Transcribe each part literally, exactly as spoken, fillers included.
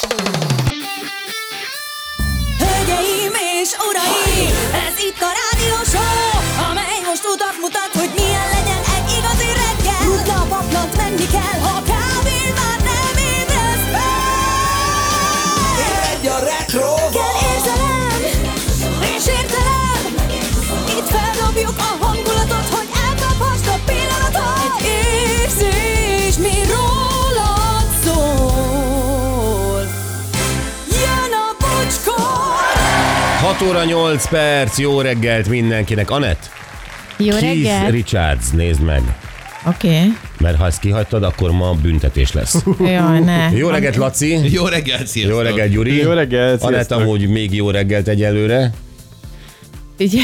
Hölgyeim és uraim, ez itt a rádió show, amely most utat mutat, hogy milyen legyen egy igazi reggel. Rutna a paplant, menni kell, ha kávén már nem ébresz fel. Egy a retro. Kell érzelem és értelem, itt feldobjuk a hangulatot, hogy elkaphast a pillanatot. Egy érzés, mi rólad szól. Jön a bocskor. hat óra nyolc perc, jó reggelt mindenkinek. Anett, Jó Keith reggel. Richards, nézd meg. Oké. Okay. Mert ha ezt kihagytad, akkor ma büntetés lesz. Jaj, ne. Jó reggelt, Laci. Jó reggelt, sziasztok. Jó reggelt, Gyuri. Jó reggelt, Anett, sziasztok. amúgy még jó reggelt egyelőre. Ugye,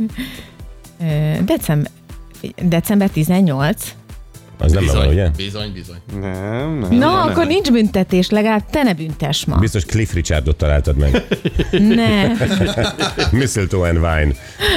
december, december tizennyolc. Az nem van, ugye? Bizony, bizony. Nem, nem. Na, nem, akkor nincs büntetés, legalább te ne büntess ma. Biztos Cliff Richardot találtad meg. Ne, Mistletoe and Wine.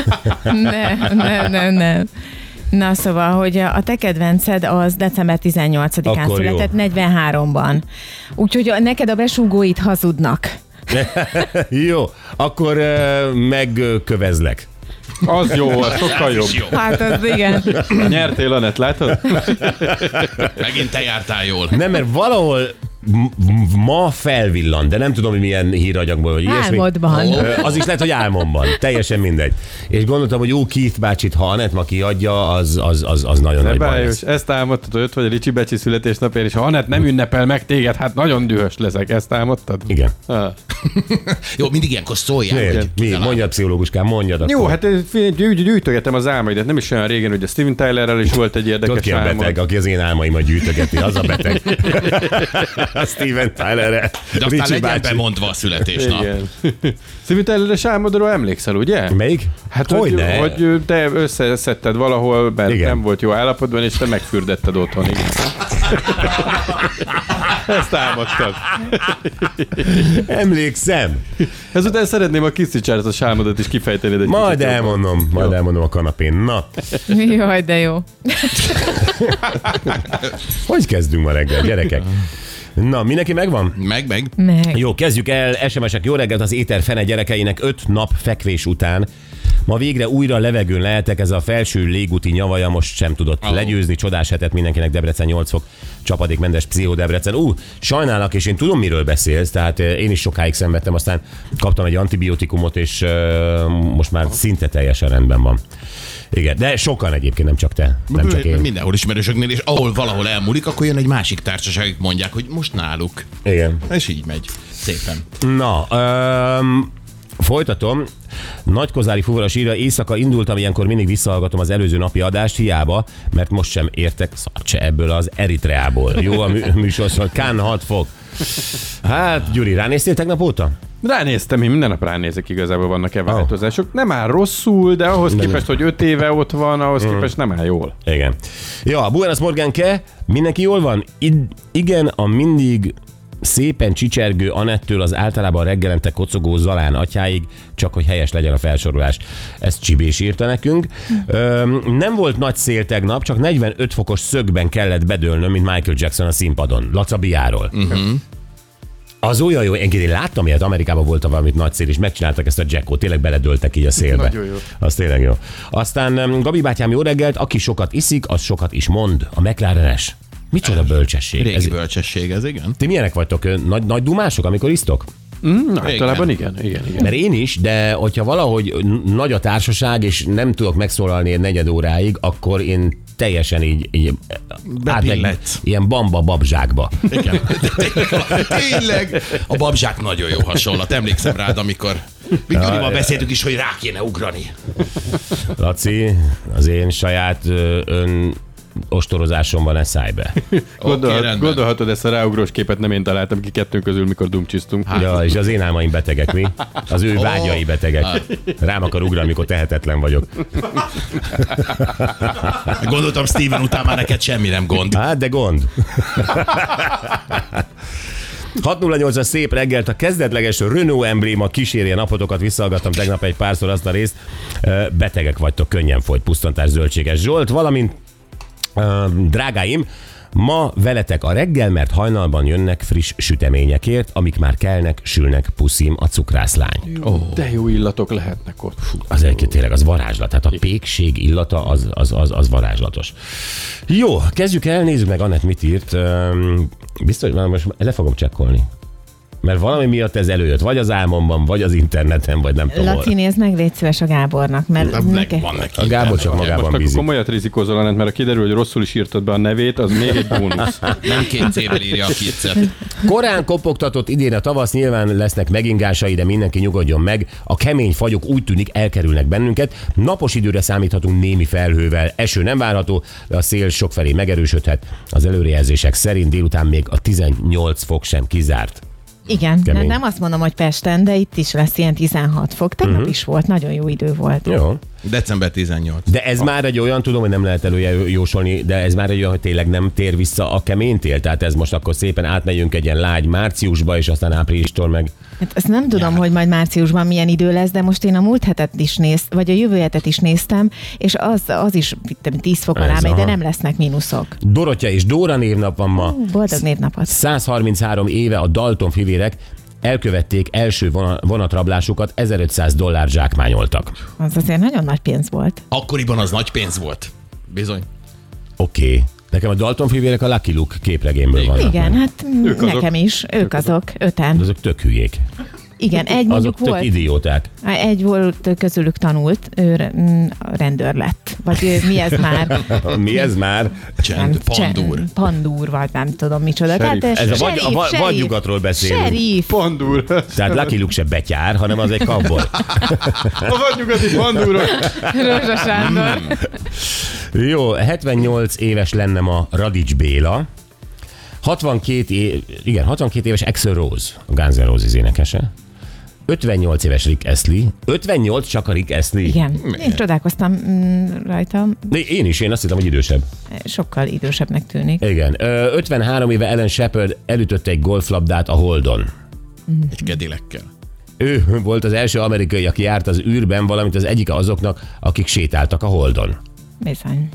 ne, ne, ne, ne. Na szóval, hogy a te kedvenced az december tizennyolcadikán Akkor jó. született negyvenháromban. Úgyhogy a- neked a besúgóid hazudnak. Jó, akkor uh, megkövezlek. Az jó, az sokkal jobb. Jó. Hát az igen. Nyertél, Anett, látod? Megint te jártál jól. Nem, mert valahol m- m- ma felvillant, de nem tudom, hogy milyen híranyagból, vagy ilyesmi. Álmodban. Ö, Az is lehet, hogy álmomban. Teljesen mindegy. És gondoltam, hogy jó, Keith bácsit, ha Anett ma kiadja, az, az, az, az nagyon Ne nagy baj bájos, lesz. ezt álmodtad, hogy ott vagy a Ricsi Becsi születésnapján, és ha Anett nem ünnepel meg téged, hát nagyon dühös leszek. Ezt álmodtad? Igen. Ah. Jó, mindig ilyenkor szóljál. Miért? hogy Mi? talán- Mondjad, pszichológuskám, mondjad akkor. Jó, hát eh, figyelj, gyű- gyűjtögetem az álmaidat. Nem is olyan régen, hogy a Steven Tylerrel is volt egy Tudod érdekes ki a beteg, álmod. aki az én álmaimat gyűjtögeti, az a beteg. A Steven Tylerre. De aztán Ricsi legyen bácsi. bemondva a születésnap. Igen. Steven Tyler-es álmodról emlékszel, ugye? Melyik? Hát, hogy, Hogyne? hogy te összeszedted valahol, mert Igen. nem volt jó állapotban, és te megfürdetted otthon. Igen. Ezt álmodtad. Emlékszem. Ezután szeretném a Keith Richards-os álmodat is kifejteni. Egy Majd kicsit jobban. elmondom, majd elmondom a kanapén. Na, Jaj, de jó. hogy kezdünk ma reggel, gyerekek? Na, mindenki megvan? Meg, meg. Meg. Jó, kezdjük el. es em esek, jó reggelt az éter fene gyerekeinek öt nap fekvés után. Ma végre újra levegőn lehetek, ez a felső légúti nyavaja most sem tudott Oh. legyőzni. Csodás hetet mindenkinek, Debrecen nyolc fok, csapadékmentes Pszichó Debrecen. Ú, sajnálak, és én tudom, miről beszélsz, tehát eh, én is sokáig szenvedtem, aztán kaptam egy antibiotikumot, és uh, most már szinte teljesen rendben van. Igen, de sokan egyébként, nem csak te, nem csak én. Mindenhol ismerősöknél, és ahol valahol elmúlik, akkor jön egy másik társaság, akik mondják, hogy most náluk. Igen. És így megy. Szépen. Na, öm, folytatom. Nagykozári fuvaros írja, éjszaka indultam, ilyenkor mindig visszahallgatom az előző napi adást, hiába, mert most sem értek szart se ebből az Eritreából. Jó a mű- műsorszor, Kán hat fok. Hát, Gyuri, ránéztél tegnap óta? Ránéztem, én minden nap ránézek, igazából vannak-e változások. Nem áll rosszul, de ahhoz Nem. képest, hogy öt éve ott van, ahhoz képest nem áll jól. Igen. Ja, Buenos Morganke, mindenki jól van? I- igen, a mindig szépen csicsergő Anettől az általában reggelente kocogó Zalán atyáig, csak hogy helyes legyen a felsorolás. Ezt Csibés írta nekünk. Öm, nem volt nagy szél tegnap, csak negyvenöt fokos szögben kellett bedőlnöm, mint Michael Jackson a színpadon. Lacabiáról. Uh-huh. Az olyan jó, én láttam ilyet, Amerikában volt valamit nagy szél, és megcsináltak ezt a Jackot, tényleg beledőltek így a szélbe. Nagyon jó. Az tényleg jó. Aztán um, Gabi bátyám, jó reggelt, aki sokat iszik, az sokat is mond. A McLaren-es. Micsoda bölcsesség. Régi Ez, bölcsesség ez, igen. ti milyenek vagytok? Ö, Nagy, nagy dumások, amikor isztok? Mm, általában igen, igen, igen. Mert én is, de hogyha valahogy n- nagy a társaság, és nem tudok megszólalni egy negyed óráig, akkor én teljesen így, így átmegyek Bepilletsz. ilyen bamba babzsákba. Igen. Tényleg. A babzsák nagyon jó hasonlat. Emlékszem rád, amikor mi Gyurival beszéltük is, hogy rá kéne ugrani. Laci, az én saját ö, ön ostorozásomban ne szállj be. Gondolhat, rendben. gondolhatod, ezt a ráugrós képet nem én találtam ki kettőnk közül, mikor dumcsisztunk. Ja, és az én álmaim betegek, mi? Az ő vágyai betegek. Rám akar ugrani, mikor tehetetlen vagyok. Gondoltam, Steven után már neked semmi nem gond. Hát, de gond. hat nulla nyolc szép reggelt, a kezdetleges Renault embléma kísérje napotokat, visszahallgattam tegnap egy párszor azt a részt. Betegek vagytok, könnyen folyt pusztantás Zöldséges Zsolt, valamint drágáim, Ma veletek a reggel, mert hajnalban jönnek friss süteményekért, amik már kelnek, sülnek, puszim a cukrászlány. Oh. De jó illatok lehetnek ott. Fú. Az egyébként tényleg az varázslat, tehát a pékség illata az, az, az, az varázslatos. Jó, kezdjük el, nézzük meg, Anett mit írt. Üm, biztos, hogy most le fogom csekkolni. Mert valami miatt ez előjött, vagy az álmomban, vagy az interneten, vagy nem tudom. Laci, nézd meg, légy szíves a Gábornak, mert Na, neke... van neki. A Gábor csak Most magában meg bízik. komolyat rizikózol, Anett, mert ha kiderül, hogy rosszul is írtad be a nevét, az még egy bónusz. Nem két cével írja a kiccet. Korán kopogtatott idén a tavasz, nyilván lesznek megingásai, de mindenki nyugodjon meg. A kemény fagyok úgy tűnik elkerülnek bennünket. Napos időre számíthatunk némi felhővel. Eső nem várható, de a szél sokfelé megerősödhet. Az előrejelzések szerint délután még a tizennyolc fok sem kizárt. Igen, Kemény. nem azt mondom, hogy Pesten, de itt is lesz ilyen tizenhat fok. Tegnap uh-huh. is volt, nagyon jó idő volt. Jó. december tizennyolc. De ez már egy olyan, tudom, hogy nem lehet előjósolni, de ez már egy olyan, hogy tényleg nem tér vissza a keménytél. Tehát ez most akkor szépen átmegyünk egy ilyen lágy márciusba, és aztán áprilistól meg. Hát ezt nem tudom, hogy majd márciusban milyen idő lesz, de most én a múlt hetet is néztem, vagy a jövő hetet is néztem, és az, az is tíz fok alá Ez, megy, de aha. nem lesznek mínuszok. Dorottya és Dóra névnap van ma. Ú, boldog névnapot. száz harminchárom éve a Dalton fivérek elkövették első vona- vonatrablásukat, ezerötszáz dollár zsákmányoltak. Az azért nagyon nagy pénz volt. Akkoriban az nagy pénz volt. Bizony. Oké. Okay. Nekem a Dalton fivérek a Lucky Luke képregényből vannak. Igen, meg. hát Ők azok. nekem is, ők azok, öten. De azok tök hülyék. Igen, egy Azok mondjuk tök volt. idióták. Egy volt közülük tanult, ő re- mm, rendőr lett. Vagy ő, mi ez már? Mi ez már? Csend, pandúr. Csend, pandúr, vagy nem tudom micsoda. Sheriff. Tehát, Ez a vagy, sheriff, a, vagy, sheriff, vagy nyugatról beszélünk. Sheriff. Pandúr. Tehát Lucky Luke se betyár, hanem az egy cowboy. A vadnyugati pandúrok. Rózsa Sándor. Jó, hetvennyolc éves lenne ma Radics Béla. hatvankét, é... Igen, hatvankét éves Axl Rose, a Guns N' Roses énekese. ötvennyolc éves Rick Astley. ötvennyolc csak a Rick Astley. Igen, én csodálkoztam mm, rajta, De én is, én azt hittem, hogy idősebb. sokkal idősebbnek tűnik. Igen. Ö, ötvenhárom éve Ellen Shepard elütötte egy golflabdát a Holdon. Egy kedilekkel. Ő volt az első amerikai, aki járt az űrben, valamint az egyike azoknak, akik sétáltak a Holdon. Bizony.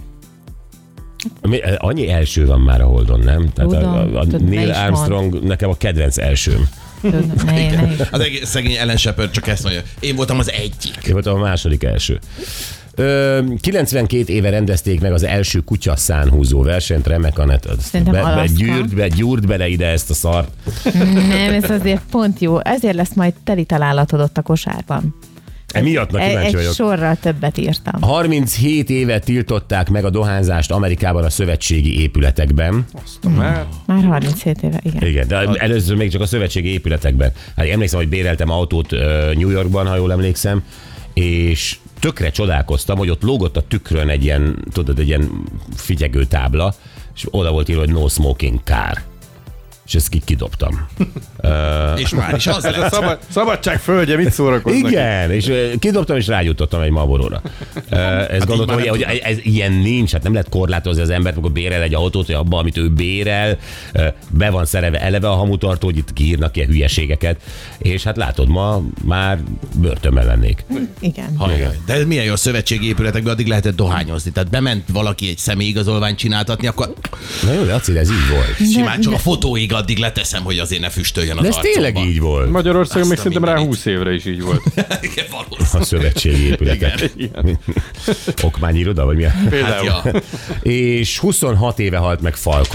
Mi- Annyi első van már a Holdon, nem? Tehát Tudom, a, a, a tudod, ne Neil is Armstrong nekem a kedvenc elsőm. Tudom, ne, ne is. Az egész szegény Ellen Shepard csak ezt mondja. Én voltam az egyik. Én voltam a második első. Ö, kilencvenkét éve rendezték meg az első kutya szánhúzó versenyt, remek Anett. Szerintem Be, be, Alaszka. gyűrt, be, gyúrt bele ide ezt a szart. Nem, ez azért pont jó. Ezért lesz majd teli találatod ott a kosárban. Emiatt na, kíváncsi Egy vagyok. sorral többet írtam. harminchét éve tiltották meg a dohányzást Amerikában a szövetségi épületekben. Már. Már harminchét éve, igen. Igen, de először még csak a szövetségi épületekben. Hát én emlékszem, hogy béreltem autót ö, New Yorkban, ha jól emlékszem, és tökre csodálkoztam, hogy ott lógott a tükrön egy ilyen, tudod, egy ilyen figyegő tábla, és oda volt írva, hogy no smoking car. És ezt ki kidobtam. És már is az Ez a lett. szabad, szabadság földje, mit szórakoznak? Igen, és ö, kidobtam, és rágyújtottam egy Marlboro-ra. Ö, Ezt gondoltam, így hogy, már hogy ez ilyen nincs, hát nem lehet korlátozni az embert, amikor bérel egy autót, hogy abban, amit ő bérel, ö, be van szerelve eleve a hamutartó, hogy itt kiírnak ilyen hülyeségeket, és hát látod, ma már börtönben lennék. Igen. Hajjaj. De ez milyen jó, a szövetségi épületekben addig lehetett dohányozni. Tehát bement valaki egy személyigazolványt csináltatni, akkor Na jó, de Aci, ez így volt. simán csak a fotóig addig leteszem, hogy azért ne füstöljön az De ez tényleg arcomba. így volt. Magyarországon még Azt a szerintem rá mindenit. húsz évre is így volt. Igen, valószínű. A szövetségi épületek. Igen. Okmányiroda, vagy mi? Hát, Például. ja. És huszonhat éve halt meg Falkó.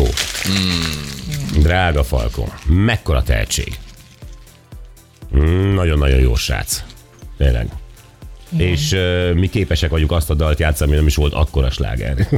Mm. Drága Falkó. Mekkora tehetség. Mm, nagyon-nagyon jó srác. Tényleg. Igen. És uh, mi képesek vagyunk azt a dalt játszani, ami nem is volt akkora sláger.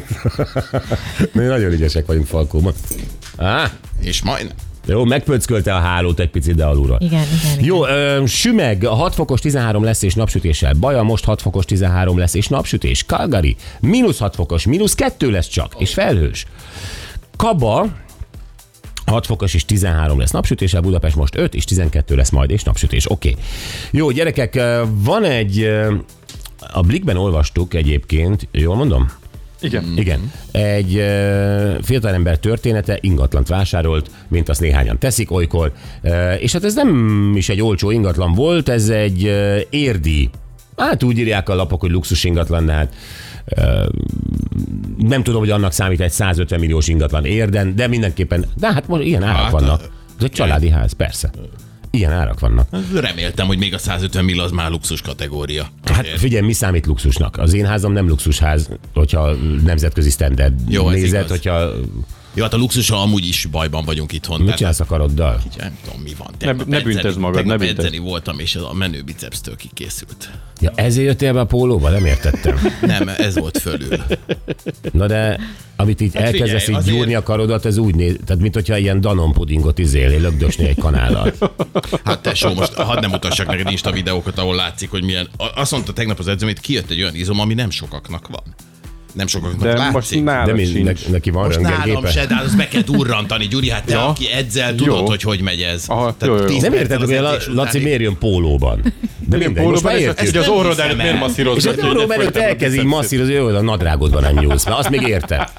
Mi nagyon ügyesek vagyunk Falkóban. Ah, És majd jó, megpöckölte a hálót egy picit, de alulra. Igen, igen, igen. Jó, ö, Sümeg, hat fokos tizenhárom lesz és napsütéssel. Baja most hat fokos tizenhárom lesz és napsütés. Calgary, mínusz hat fokos, mínusz kettő lesz csak, és felhős. Kaba, hat fokos és tizenhárom lesz napsütéssel, Budapest most öt és tizenkettő lesz majd és napsütés. Oké. Okay. Jó, gyerekek, ö, van egy, ö, a Blickben olvastuk egyébként, jól mondom? Igen. Igen. Egy uh, fiatalember története, ingatlant vásárolt, mint azt néhányan teszik olykor, uh, és hát ez nem is egy olcsó ingatlan volt, ez egy uh, érdi, hát úgy írják a lapok, hogy luxus ingatlan, de hát uh, Nem tudom, hogy annak számít egy százötven milliós ingatlan érden, de mindenképpen, de hát most ilyen árak Hát, vannak. a- Ez egy családi ház, persze. Ilyen árak vannak. Reméltem, hogy még a százötven mill az már luxus kategória. Hát figyelj, mi számít luxusnak? Az én házam nem luxusház, hogyha nemzetközi standard Jó, ez nézed, igaz. hogyha... Jó, hát a luxussal amúgy is bajban vagyunk itthon. Mit tehát- csinálsz a karoddal? Nem tudom, mi van. Ne- Tegnap ne edzeni- büntesd magad, tegnap ne büntesd. edzeni voltam, és a menő bicepstől kikészült. Ja, ezért jöttél be a pólóba? Nem értettem. Nem, ez volt fölül. Na de, amit így Hát elkezdesz figyelj, így azért- gyúrni a karodat, ez úgy néz, tehát mint hogyha ilyen Danon pudingot izél, lögdösni egy kanállal. Hát tesó, most hadd nem mutassak neked Insta videókat, ahol látszik, hogy milyen. A- Azt mondta tegnap az edzőm, hogy kijött egy olyan izom, ami nem sokaknak van. Nem sokaknak De látszik. most De nálad mi, sincs. ne, neki van Most nálam röntgengépe? se, de hát azt be kell durrantani, Gyuri, hát te, Ja. aki edzel, tudod, Jó. hogy hogy megy ez. Aha, Tehát jó, jó. tíz Nem perccel érted, az hogy a edzés La- Laci után- miért jön pólóban? De mindegy, most már Pólóban, és értjük. így az nem orrod hiszem előtt el. miért masszírozod? És az orróm előtt elkezd így masszírozni, jó, a nadrágodban nem nyúlsz, mert azt még érte.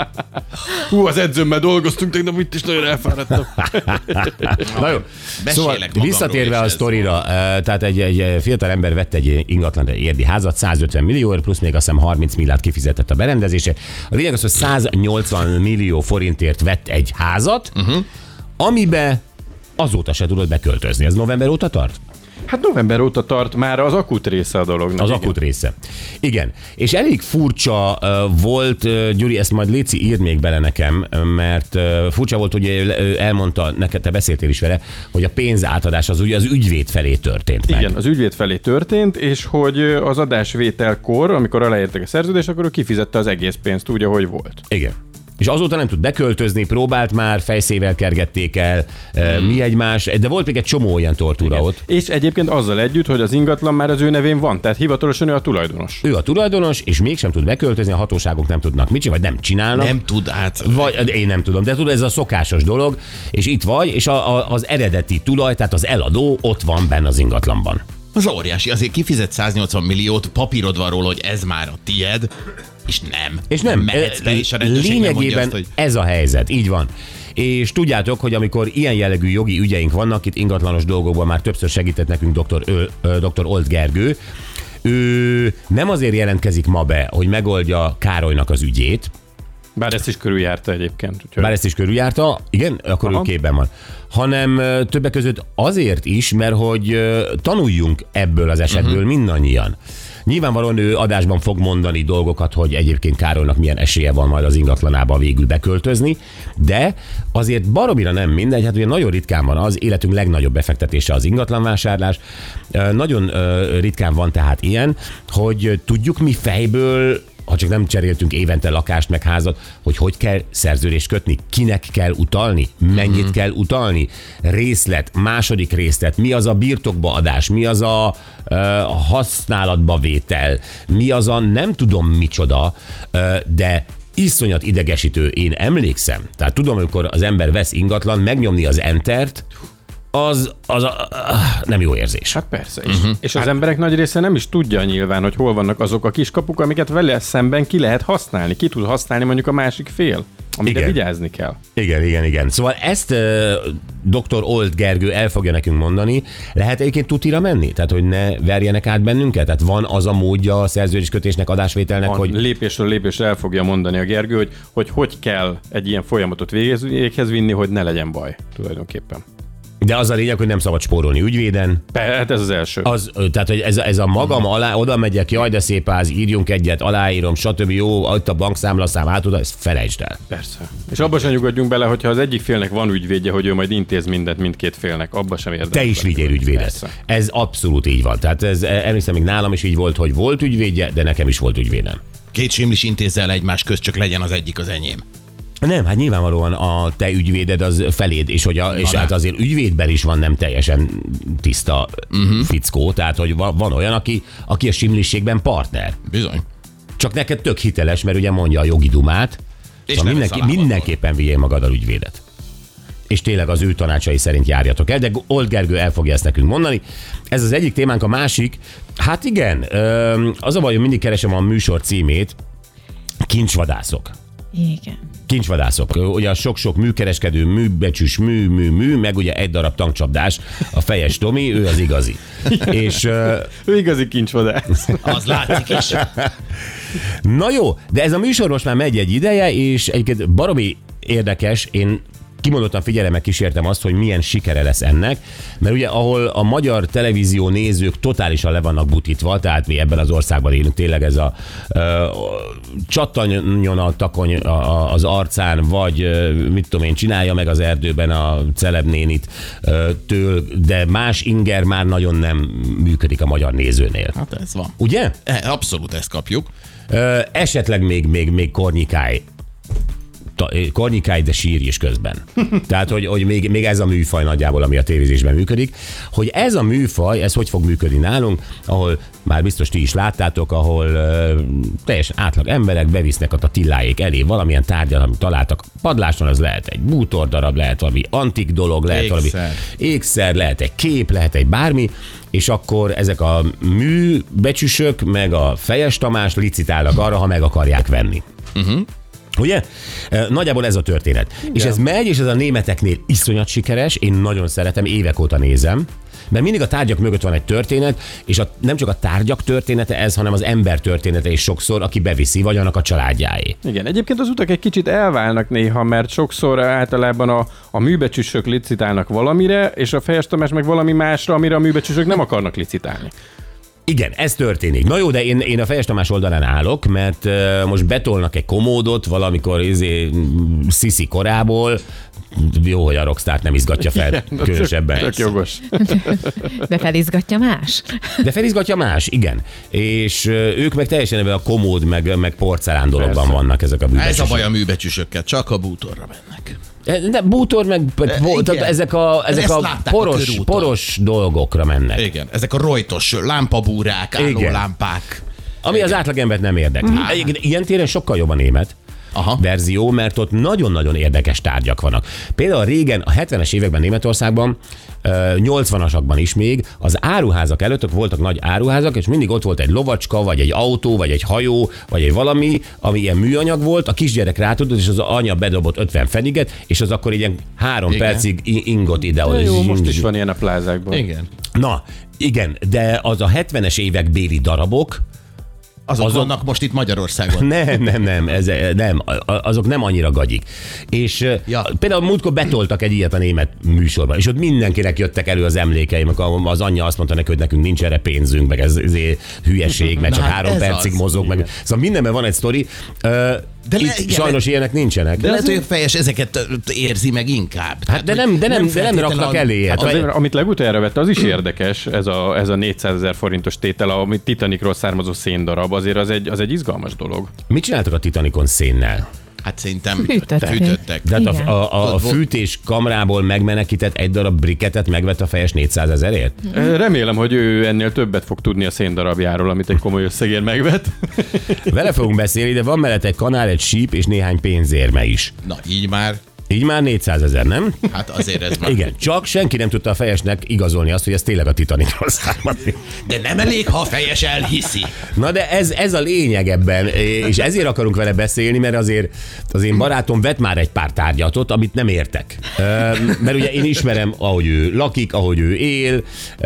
Hú, az edzőmmel dolgoztunk tegnap, itt is nagyon elfáradtam. Na jó, Mesélek szóval magamról visszatérve is a ez sztorira, eh, tehát egy, egy fiatal ember vett egy ingatlan érdi házat, százötven millióért, plusz még azt hiszem harminc milliárd kifizetett a berendezése. A lényeg az, hogy száznyolcvan millió forintért vett egy házat, uh-huh. amibe azóta se tudod beköltözni. Ez november óta tart? Hát november óta tart már az akut része a dolognak. Az igen. akut része. Igen. És elég furcsa uh, volt, uh, Gyuri, ezt majd Léci írd még bele nekem, mert uh, furcsa volt, hogy ő elmondta, neked te beszéltél is vele, hogy a pénzátadás az ugye az ügyvéd felé történt meg. Igen, az ügyvéd felé történt, és hogy az adásvételkor, amikor aláértek a szerződést, akkor ő kifizette az egész pénzt úgy, ahogy volt. Igen. És azóta nem tud beköltözni, próbált már, fejszével kergették el, hmm. mi egymás, de volt még egy csomó olyan tortúra ott. És egyébként azzal együtt, hogy az ingatlan már az ő nevén van, tehát hivatalosan ő a tulajdonos. Ő a tulajdonos, és mégsem tud beköltözni, a hatóságok nem tudnak mit csinálni, vagy nem csinálnak. Nem tud át. Vagy én nem tudom, de tudod, ez a szokásos dolog, és itt vagy, és a, a, az eredeti tulaj, tehát az eladó ott van benne az ingatlanban. Az óriási, azért kifizet száznyolcvan milliót, papírod van róla, hogy ez már a tied, és nem. És nem, Mehetsz be, és a rendőrség nem mondja lényegében azt, hogy ez a helyzet, így van. És tudjátok, hogy amikor ilyen jellegű jogi ügyeink vannak, itt ingatlanos dolgokban már többször segített nekünk doktor Ö, ö, doktor Old Gergő, ő nem azért jelentkezik ma be, hogy megoldja Károlynak az ügyét, Bár ezt is körüljárta egyébként. Úgyhogy... bár ezt is körüljárta, igen, akkor Aha. ő képben van. Hanem ö, többek között azért is, mert hogy ö, tanuljunk ebből az esetből uh-huh. mindannyian. Nyilvánvalóan ő adásban fog mondani dolgokat, hogy egyébként Károlynak milyen esélye van majd az ingatlanába végül beköltözni, de azért baromira nem mindegy, hát ugye nagyon ritkán van az, életünk legnagyobb befektetése az ingatlanvásárlás. Ö, Nagyon ö, ritkán van tehát ilyen, hogy tudjuk mi fejből, ha csak nem cseréltünk évente lakást meg házat, hogy hogy kell szerződést kötni, kinek kell utalni, mennyit uh-huh. kell utalni, részlet, második részlet, mi az a birtokba adás, mi az a, ö, a használatba vétel, mi az a nem tudom micsoda, ö, de iszonyat idegesítő, én emlékszem. Tehát tudom, amikor az ember vesz ingatlan, megnyomni az entert, az, az a, nem jó érzés. Hát persze. És, uh-huh. és az hát... emberek nagy része nem is tudja nyilván, hogy hol vannak azok a kiskapuk, amiket vele szemben ki lehet használni. Ki tud használni mondjuk a másik fél, amire Igen. vigyázni kell. Igen, igen, igen. Szóval ezt uh, doktor Old Gergő el fogja nekünk mondani. Lehet egyébként tutira menni? Tehát, hogy ne verjenek át bennünket? Tehát van az a módja a szerződéskötésnek, adásvételnek, A hogy... lépésről lépésre el fogja mondani a Gergő, hogy hogy, hogy kell egy ilyen folyamatot véghez vinni, hogy ne legyen baj tulajdonképpen. De az a lényeg, hogy nem szabad spórolni ügyvéden. Hát ez az első. Az, tehát, hogy ez, a- ez a magam alá, oda megyek, jaj, de szép ház, írjunk egyet, aláírom, stb. Jó, ott a bankszámlaszám, át oda, ezt felejtsd el. Persze. És abba sem nyugodjunk bele, hogyha az egyik félnek van ügyvédje, hogy ő majd intéz mindent mindkét félnek, abba sem érdemes. Te is vigyél ügyvédet. Persze. Ez abszolút így van. Tehát ez, emlékszem, még nálam is így volt, hogy volt ügyvédje, de nekem is volt ügyvédem. két simlis intézzel egymás közt, csak legyen az egyik az enyém. Nem, hát nyilvánvalóan a te ügyvéded az feléd, és, hogy a, és ne. hát azért ügyvédben is van nem teljesen tiszta uh-huh. fickó, tehát hogy van, van olyan, aki, aki a simlisségben partner. Bizony. Csak neked tök hiteles, mert ugye mondja a jogi dumát, És szóval nem mindenki, veszel mindenképpen vigyél magaddal ügyvédet. És tényleg az ő tanácsai szerint járjatok el, de Old Gergő el fogja ezt nekünk mondani. Ez az egyik témánk, a másik, hát igen, az a baj, hogy mindig keresem a műsor címét, Kincsvadászok. Igen. Kincsvadászok. Ugye a sok-sok műkereskedő, műbecsüs, mű, mű, mű, meg ugye egy darab tankcsapdás, a fejes Tomi, ő az igazi. És, uh, Ő igazi kincsvadász. Az látszik is. na jó, de ez a műsor most már megy egy ideje, és egyébként baromi érdekes, én kimondottan figyelemmel kísértem azt, hogy milyen sikere lesz ennek, mert ugye ahol a magyar televízió nézők totálisan le vannak butítva, tehát mi ebben az országban élünk, tényleg ez a uh, csattanjon a takony a, az arcán, vagy uh, mit tudom én, csinálja meg az erdőben a celebnénit uh, től, de más inger már nagyon nem működik a magyar nézőnél. Hát ez van. Ugye? Abszolút ezt kapjuk. Uh, esetleg még, még, még Kornyikály. Kornyikály, de sírj is közben. Tehát, hogy, hogy még, még ez a műfaj nagyjából, ami a tévézésben működik. Hogy ez a műfaj, ez hogy fog működni nálunk, ahol már biztos ti is láttátok, ahol uh, teljesen átlag emberek bevisznek a tilláék elé valamilyen tárgyat, amit találtak padláson, az lehet egy bútordarab, lehet valami antik dolog, lehet Ékszer. valami ékszer, lehet egy kép, lehet egy bármi, és akkor ezek a műbecsüsök, meg a Fejes Tamás licitálnak arra, ha meg akarják venni. Uh-huh. Ugye? Nagyjából ez a történet. Igen. És ez megy, és ez a németeknél iszonyat sikeres, én nagyon szeretem, évek óta nézem, mert mindig a tárgyak mögött van egy történet, és a, nem csak a tárgyak története ez, hanem az ember története is sokszor, aki beviszi, vagy annak a családjáé. Igen, egyébként az utak egy kicsit elválnak néha, mert sokszor általában a, a műbecsüsök licitálnak valamire, és a Fejes Tamás meg valami másra, amire a műbecsüsök nem akarnak licitálni. Igen, ez történik. Na jó, de én, én a Fejes Tamás oldalán állok, mert uh, most betolnak egy komódot valamikor izé, Sziszi korából, jó, hogy a Rockstart nem izgatja fel, igen, különösebben. Tök jogos. De felizgatja más? De felizgatja más, igen. És uh, ők meg teljesen ebben a komód, meg, meg porcelán dologban Persze. vannak ezek a műbecsüsök. Ez a baj a műbecsüsökkel, csak a bútorra mennek. De bútor meg, e, ezek a, ezek a poros, a poros dolgokra mennek. Igen, ezek a rojtos lámpabúrák, állólámpák. Ami igen. az átlagembert nem érdekli. Mm. Ilyen téren sokkal jobb a német Aha. verzió, mert ott nagyon-nagyon érdekes tárgyak vannak. Például régen, a hetvenes években Németországban, nyolcvanasakban is még, az áruházak előtt voltak nagy áruházak, és mindig ott volt egy lovacska, vagy egy autó, vagy egy hajó, vagy egy valami, ami ilyen műanyag volt, a kisgyerek rá tudott, és az anya bedobott ötven feniget, és az akkor ilyen három igen. percig ingot ide-oda. Jó, most is van ilyen a plázákban. Igen. Na, igen, de az a hetvenes évek béli darabok, Azok, azok vannak most itt Magyarországon. Nem, nem, nem, ez, nem, azok nem annyira gagyik. És ja. például múltkor betoltak egy ilyet a német műsorban, és ott mindenkinek jöttek elő az emlékeim, amikor az anyja azt mondta neki, hogy nekünk nincs erre pénzünk, meg ez, ez hülyeség, meg csak hát három percig az. mozog, meg, szóval mindenben van egy sztori. De le, Itt sajnos ilyenek nincsenek. De lehet, hogy a Fejes ezeket érzi meg inkább. Hát de nem, de nem, nem, de nem raknak elé. Hát azért, amit legutoljára vett, az is érdekes, ez a, ez a négyszázezer forintos tétel, amit Titanicról származó széndarab, azért az egy, az egy izgalmas dolog. Mit csináltak a Titanicon szénnel? Hát szerintem fűtöttek. fűtöttek. De hát a, a, a, a fűtés kamrából megmenekített egy darab briketet megvett a Fejes négyszázezerért? Remélem, hogy ő ennél többet fog tudni a széndarabjáról, amit egy komoly összegért megvett. Vele fogunk beszélni, de van mellett egy kanál, egy síp és néhány pénzérme is. Na, így már... Így már négyszázezer, nem? Hát azért ez már... Igen, csak senki nem tudta a Fejesnek igazolni azt, hogy ez tényleg a Titanicról származik. De nem elég, ha a Fejes elhiszi. Na de ez, ez a lényeg ebben, és ezért akarunk vele beszélni, mert azért az én barátom vett már egy pár tárgyatot, amit nem értek. Mert ugye én ismerem, ahogy ő lakik, ahogy ő él,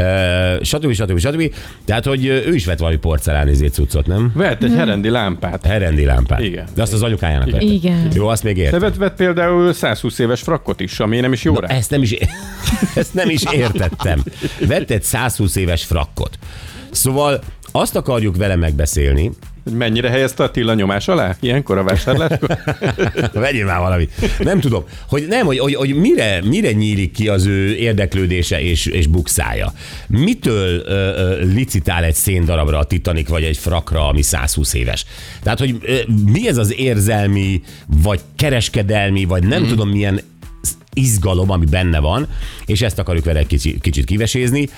stb. stb. stb. Tehát, hogy ő is vett valami porcelánizét cuccot, nem? Vett egy herendi lámpát. Herendi lámpát. Igen. De azt az anyukájának vett. Igen. Jó, azt még értem. De vett, vett például százhúsz éves frakkot is, ami nem is jó no, rá. Ezt nem is, ezt nem is értettem. Vett egy százhúsz éves frakkot. Szóval azt akarjuk vele megbeszélni, hogy mennyire helyezte Attila nyomás alá? Ilyenkor a vásárláskor? Vegyél már valamit. Nem tudom, hogy nem, hogy, hogy, hogy mire, mire nyílik ki az ő érdeklődése és, és bukszája. Mitől ö, ö, licitál egy széndarabra a Titanic, vagy egy frakra, ami százhúsz éves? Tehát, hogy ö, mi ez az érzelmi, vagy kereskedelmi, vagy nem mm. tudom milyen izgalom, ami benne van, és ezt akarjuk vele egy kicsit, kicsit kivesézni.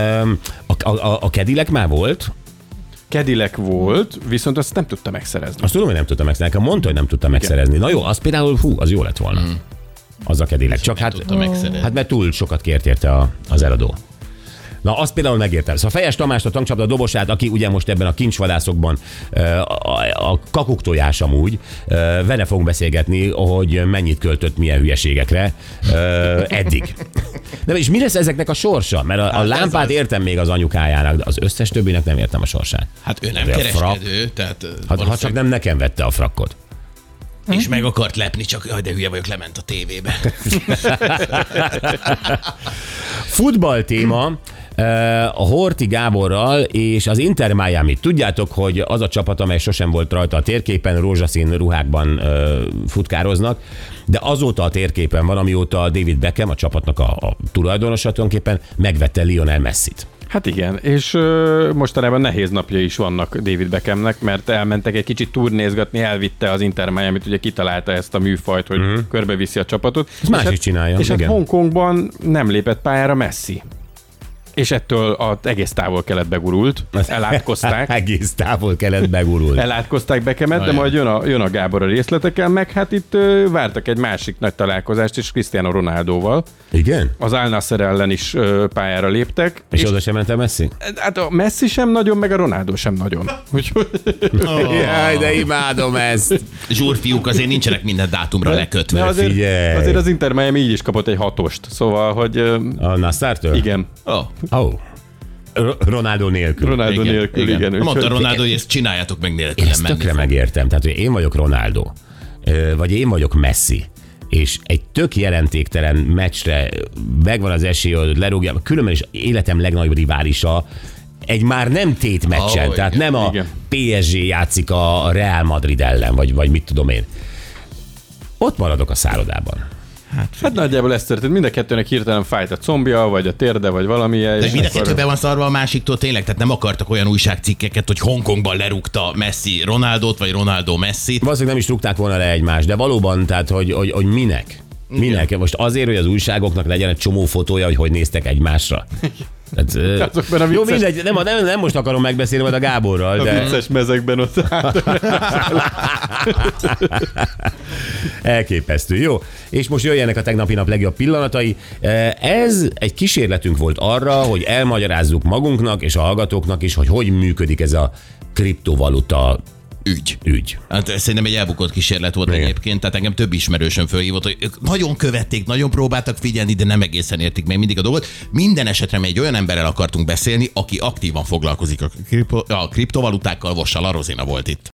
A, a, a Cadillac már volt, Cadillac volt, viszont azt nem tudta megszerezni. Azt tudom, hogy nem tudta megszerezni. Nekem mondta, hogy nem tudta megszerezni. Na jó, az például, hú, az jó lett volna. Mm. Az a Cadillac. Csak hát, hát mert túl sokat kért érte a, az eladó. Na, azt például megértem. Szóval Fejes Tamást, a tankcsapda dobosát, aki ugye most ebben a kincsvadászokban a, a kakuktojás amúgy, vele fogunk beszélgetni, hogy mennyit költött milyen hülyeségekre eddig. De és mi lesz ezeknek a sorsa? Mert a, a lámpát értem még az anyukájának, de az összes többinek nem értem a sorsát. Hát ő nem De a kereskedő, tehát... Hát, ha csak nem nekem vette a frakkot. És meg akart lepni, csak jaj, de hülye vagyok, lement a tévébe. Futball téma a Horthy Gáborral és az Inter Miami. Tudjátok, hogy az a csapat, amely sosem volt rajta a térképen, rózsaszín ruhákban futkároznak, de azóta a térképen van, amióta David Beckham, a csapatnak a, a tulajdonosa tulajdonképpen megvette Lionel Messit. Hát igen, és ö, mostanában nehéz napja is vannak David Beckhamnek, mert elmentek egy kicsit turnézgatni, elvitte az Inter Miami-t, ugye kitalálta ezt a műfajt, hogy uh-huh. körbeviszi a csapatot. Ezt más is csinálja. És igen. hát Hongkongban nem lépett pályára Messi. És ettől az egész távol kelet begurult, elátkozták. egész távol kelet begurult. Elátkozták Beckhamet, de majd jön a, jön a Gábor a részletekkel, meg hát itt ö, vártak egy másik nagy találkozást is Cristiano Ronaldóval. Igen? Az Al Nassr ellen is ö, pályára léptek. És, és oda sem ment el Messi? Hát a Messi sem nagyon, meg a Ronaldo sem nagyon. Úgyhogy... Oh. Jaj, de imádom ezt. Zsúrfiúk azért nincsenek minden dátumra lekötve. De azért, Figyelj. azért az Inter Miami így is kapott egy hatost, szóval, hogy... ö, A Nassrtől? Igen. Oh. Oh. Ronaldo nélkül. Ronaldo igen, nélkül, igen. igen. Mondta Úgyhogy... Ronaldo, hogy ezt csináljátok meg nélkülem. Ezt tökre megértem. Tehát, hogy én vagyok Ronaldo, vagy én vagyok Messi, és egy tök jelentéktelen meccsre megvan az esély, hogy lerúgja, különben is életem legnagyobb riválisa, egy már nem tét meccsen, oh, tehát igen, nem a igen. pé es gé játszik a Real Madrid ellen, vagy, vagy mit tudom én. Ott maradok a szállodában. Hát, hát nagyjából ez történt. Mind a kettőnek hirtelen fájt a combja, vagy a térde, vagy valamilyen. De mind a kettőben van szarva a másiktól tényleg, tehát nem akartak olyan újságcikkeket, hogy Hongkongban lerúgta Messi Ronaldót, vagy Ronaldo Messit. Valószínűleg nem is rúgták volna le egymást, de valóban, tehát, hogy, hogy, hogy minek? Minek? Most azért, hogy az újságoknak legyen egy csomó fotója, hogy hogy néztek egymásra. Tehát, Azokban a jó, vicces... mindegy, nem, nem, nem most akarom megbeszélni majd a Gáborral, A de... vicces mezekben ott állt. Elképesztő, jó. És most jöjjenek a tegnapi nap legjobb pillanatai. Ez egy kísérletünk volt arra, hogy elmagyarázzuk magunknak és a hallgatóknak is, hogy hogy működik ez a kriptovaluta Ügy. ügy. Hát ez szerintem egy elbukott kísérlet volt igen. Egyébként, tehát engem több ismerősöm fölhívott, hogy ők nagyon követték, nagyon próbáltak figyelni, de nem egészen értik még mindig a dolgot. Minden esetre mi egy olyan emberrel akartunk beszélni, aki aktívan foglalkozik a, kripto, a kriptovalutákkal, Vossal Rozina volt itt.